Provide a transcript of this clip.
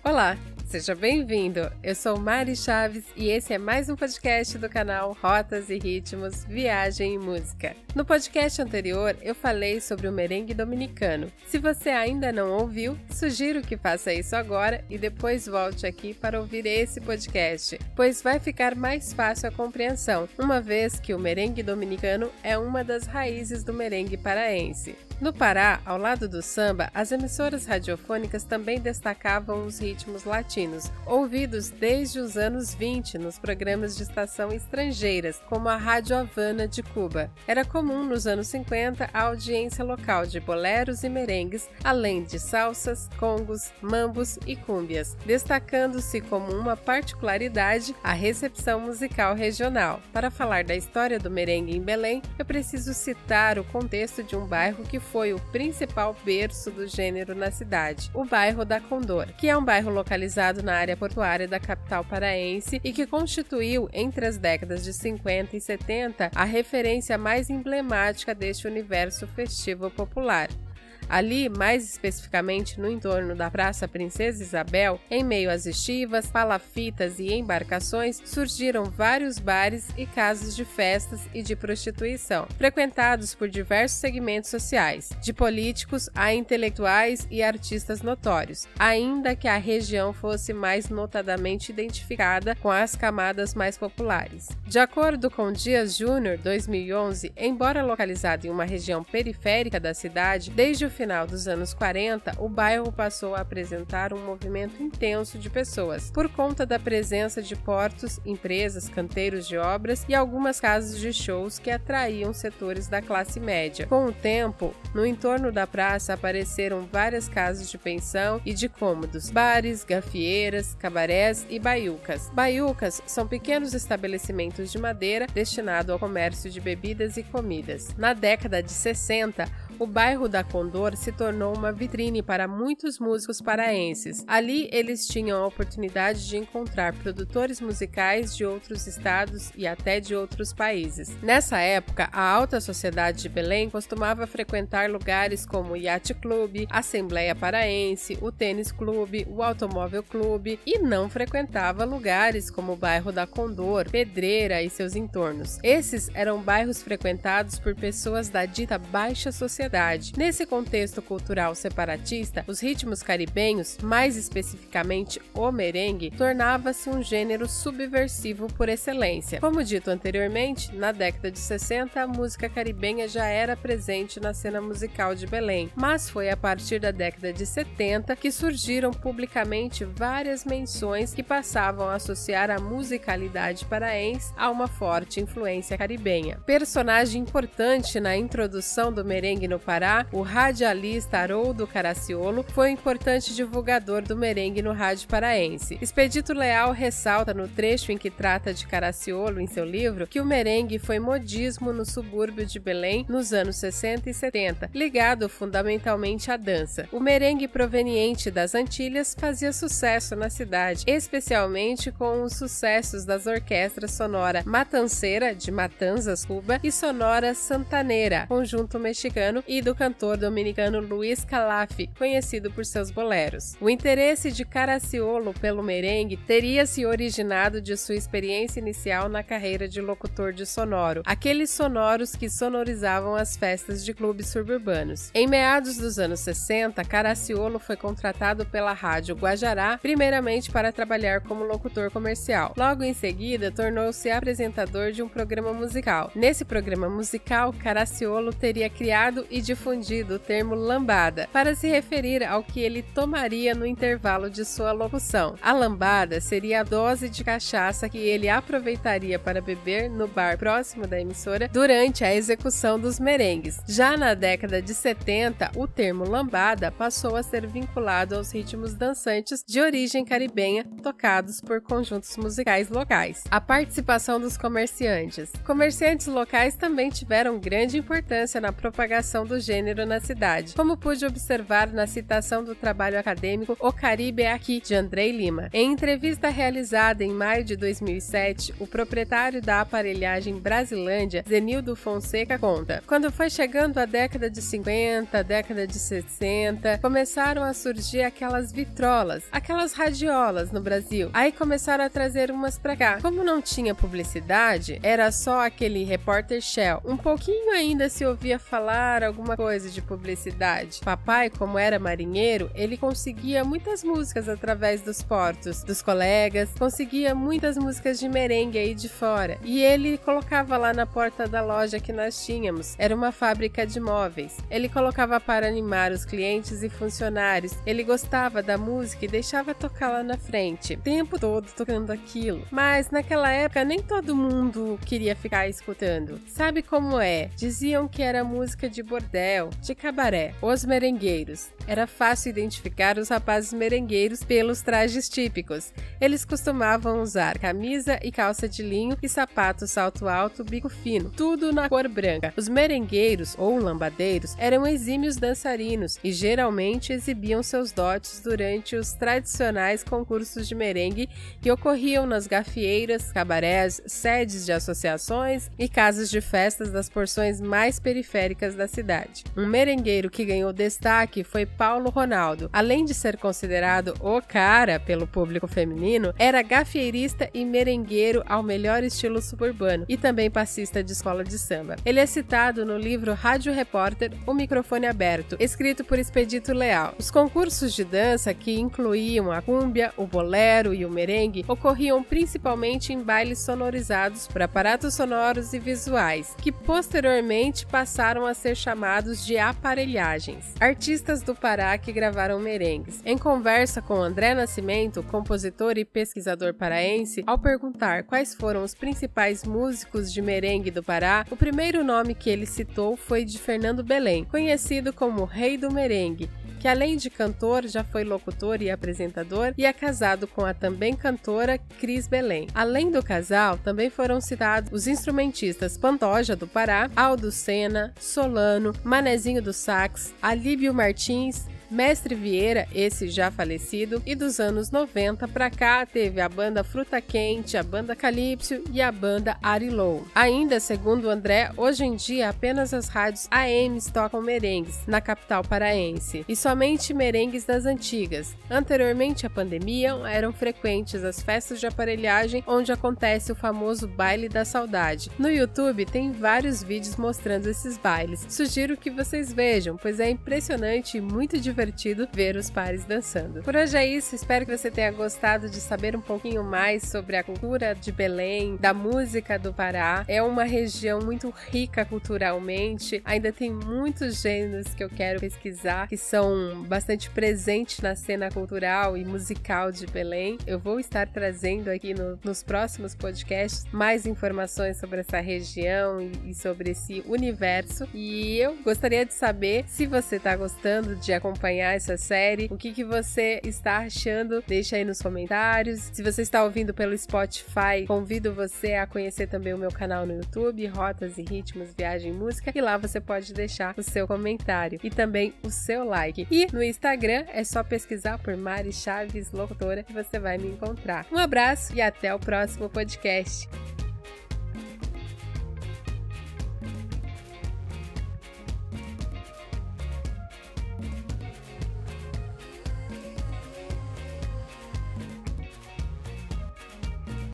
Olá, seja bem-vindo! Eu sou Mari Chaves e esse é mais um podcast do canal Rotas e Ritmos, Viagem e Música. No podcast anterior, eu falei sobre o merengue dominicano. Se você ainda não ouviu, sugiro que faça isso agora e depois volte aqui para ouvir esse podcast, pois vai ficar mais fácil a compreensão, uma vez que o merengue dominicano é uma das raízes do merengue paraense. No Pará, ao lado do samba, as emissoras radiofônicas também destacavam os ritmos latinos, ouvidos desde os anos 20 nos programas de estação estrangeiras, como a Rádio Havana de Cuba. Era comum nos anos 50 a audiência local de boleros e merengues, além de salsas, congos, mambos e cúmbias, destacando-se como uma particularidade a recepção musical regional. Para falar da história do merengue em Belém, eu preciso citar o contexto de um bairro que foi o principal berço do gênero na cidade, o bairro da Condor, que é um bairro localizado na área portuária da capital paraense e que constituiu, entre as décadas de 50 e 70, a referência mais emblemática deste universo festivo popular. Ali, mais especificamente no entorno da Praça Princesa Isabel, em meio às estivas, palafitas e embarcações, surgiram vários bares e casas de festas e de prostituição, frequentados por diversos segmentos sociais, de políticos a intelectuais e artistas notórios, ainda que a região fosse mais notadamente identificada com as camadas mais populares. De acordo com Dias Júnior, 2011, embora localizado em uma região periférica da cidade, desde o final dos anos 40, o bairro passou a apresentar um movimento intenso de pessoas, por conta da presença de portos, empresas, canteiros de obras e algumas casas de shows que atraíam setores da classe média. Com o tempo, no entorno da praça apareceram várias casas de pensão e de cômodos, bares, gafieiras, cabarés e baiucas. Baiucas são pequenos estabelecimentos de madeira destinados ao comércio de bebidas e comidas. Na década de 60, o bairro da Condor se tornou uma vitrine para muitos músicos paraenses. Ali, eles tinham a oportunidade de encontrar produtores musicais de outros estados e até de outros países. Nessa época, a alta sociedade de Belém costumava frequentar lugares como o Yacht Club, a Assembleia Paraense, o Tênis Clube, o Automóvel Clube e não frequentava lugares como o bairro da Condor, Pedreira e seus entornos. Esses eram bairros frequentados por pessoas da dita baixa sociedade. Nesse contexto cultural separatista, os ritmos caribenhos, mais especificamente o merengue, tornava-se um gênero subversivo por excelência. Como dito anteriormente, na década de 60 a música caribenha já era presente na cena musical de Belém, mas foi a partir da década de 70 que surgiram publicamente várias menções que passavam a associar a musicalidade paraense a uma forte influência caribenha. Personagem importante na introdução do merengue no Pará, o radialista Haroldo Caraciolo foi um importante divulgador do merengue no rádio paraense. Expedito Leal ressalta no trecho em que trata de Caraciolo em seu livro que o merengue foi modismo no subúrbio de Belém nos anos 60 e 70, ligado fundamentalmente à dança. O merengue proveniente das Antilhas fazia sucesso na cidade, especialmente com os sucessos das orquestras Sonora Matanceira, de Matanzas, Cuba, e Sonora Santanera, conjunto mexicano, e do cantor dominicano Luiz Calaf, conhecido por seus boleros. O interesse de Caraciolo pelo merengue teria se originado de sua experiência inicial na carreira de locutor de sonoro, aqueles sonoros que sonorizavam as festas de clubes suburbanos. Em meados dos anos 60, Caraciolo foi contratado pela Rádio Guajará, primeiramente para trabalhar como locutor comercial. Logo em seguida, tornou-se apresentador de um programa musical. Nesse programa musical, Caraciolo teria criado e difundido o termo lambada, para se referir ao que ele tomaria no intervalo de sua locução. A lambada seria a dose de cachaça que ele aproveitaria para beber no bar próximo da emissora durante a execução dos merengues. Já na década de 70, o termo lambada passou a ser vinculado aos ritmos dançantes de origem caribenha, tocados por conjuntos musicais locais. A participação dos comerciantes. Comerciantes locais também tiveram grande importância na propagação formação do gênero na cidade, como pude observar na citação do trabalho acadêmico O Caribe é Aqui, de Andrei Lima. Em entrevista realizada em maio de 2007, o proprietário da aparelhagem Brasilândia, Zenildo Fonseca, conta: quando foi chegando a década de 50, década de 60, começaram a surgir aquelas vitrolas, aquelas radiolas no Brasil. Aí começaram a trazer umas pra cá. Como não tinha publicidade, era só aquele repórter shell. Um pouquinho ainda se ouvia falar alguma coisa de publicidade. Papai, como era marinheiro, ele conseguia muitas músicas através dos portos, dos colegas, conseguia muitas músicas de merengue aí de fora. E ele colocava lá na porta da loja que nós tínhamos. Era uma fábrica de móveis. Ele colocava para animar os clientes e funcionários. Ele gostava da música e deixava tocar lá na frente, o tempo todo tocando aquilo. Mas naquela época nem todo mundo queria ficar escutando. Sabe como é? Diziam que era música de bordel, de cabaré. Os merengueiros. Era fácil identificar os rapazes merengueiros pelos trajes típicos. Eles costumavam usar camisa e calça de linho e sapato salto alto, bico fino, tudo na cor branca. Os merengueiros, ou lambadeiros, eram exímios dançarinos e geralmente exibiam seus dotes durante os tradicionais concursos de merengue que ocorriam nas gafieiras, cabarés, sedes de associações e casas de festas das porções mais periféricas da cidade. Um merengueiro que ganhou destaque foi Paulo Ronaldo. Além de ser considerado o cara pelo público feminino, era gafieirista e merengueiro ao melhor estilo suburbano e também passista de escola de samba. Ele é citado no livro Rádio Repórter, O Microfone Aberto, escrito por Expedito Leal. Os concursos de dança, que incluíam a cúmbia, o bolero e o merengue, ocorriam principalmente em bailes sonorizados por aparatos sonoros e visuais, que posteriormente passaram a ser chamados de aparelhagens. Artistas do Pará que gravaram merengues. Em conversa com André Nascimento, compositor e pesquisador paraense, ao perguntar quais foram os principais músicos de merengue do Pará, o primeiro nome que ele citou foi de Fernando Belém, conhecido como Rei do Merengue, que além de cantor, já foi locutor e apresentador e é casado com a também cantora Cris Belém. Além do casal, também foram citados os instrumentistas Pantoja do Pará, Aldo Sena, Solano, Manezinho do Sax, Alíbio Martins, Mestre Vieira, esse já falecido, e dos anos 90 pra cá teve a banda Fruta Quente, a banda Calypso e a banda Arilou. Ainda, segundo André, hoje em dia apenas as rádios AMs tocam merengues na capital paraense, e somente merengues das antigas. Anteriormente à pandemia, eram frequentes as festas de aparelhagem onde acontece o famoso baile da saudade. No YouTube tem vários vídeos mostrando esses bailes. Sugiro que vocês vejam, pois é impressionante e muito divertido ver os pares dançando. Por hoje é isso, espero que você tenha gostado de saber um pouquinho mais sobre a cultura de Belém, da música do Pará. É uma região muito rica culturalmente, ainda tem muitos gêneros que eu quero pesquisar, que são bastante presentes na cena cultural e musical de Belém. Eu vou estar trazendo aqui nos próximos podcasts mais informações sobre essa região e sobre esse universo. E eu gostaria de saber se você está gostando de acompanhar essa série, o que você está achando, deixa aí nos comentários. Se você está ouvindo pelo Spotify, convido você a conhecer também o meu canal no YouTube, Rotas e Ritmos, Viagem e Música, e lá você pode deixar o seu comentário e também o seu like. E no Instagram é só pesquisar por Mari Chaves Locutora que você vai me encontrar. Um abraço e até o próximo podcast.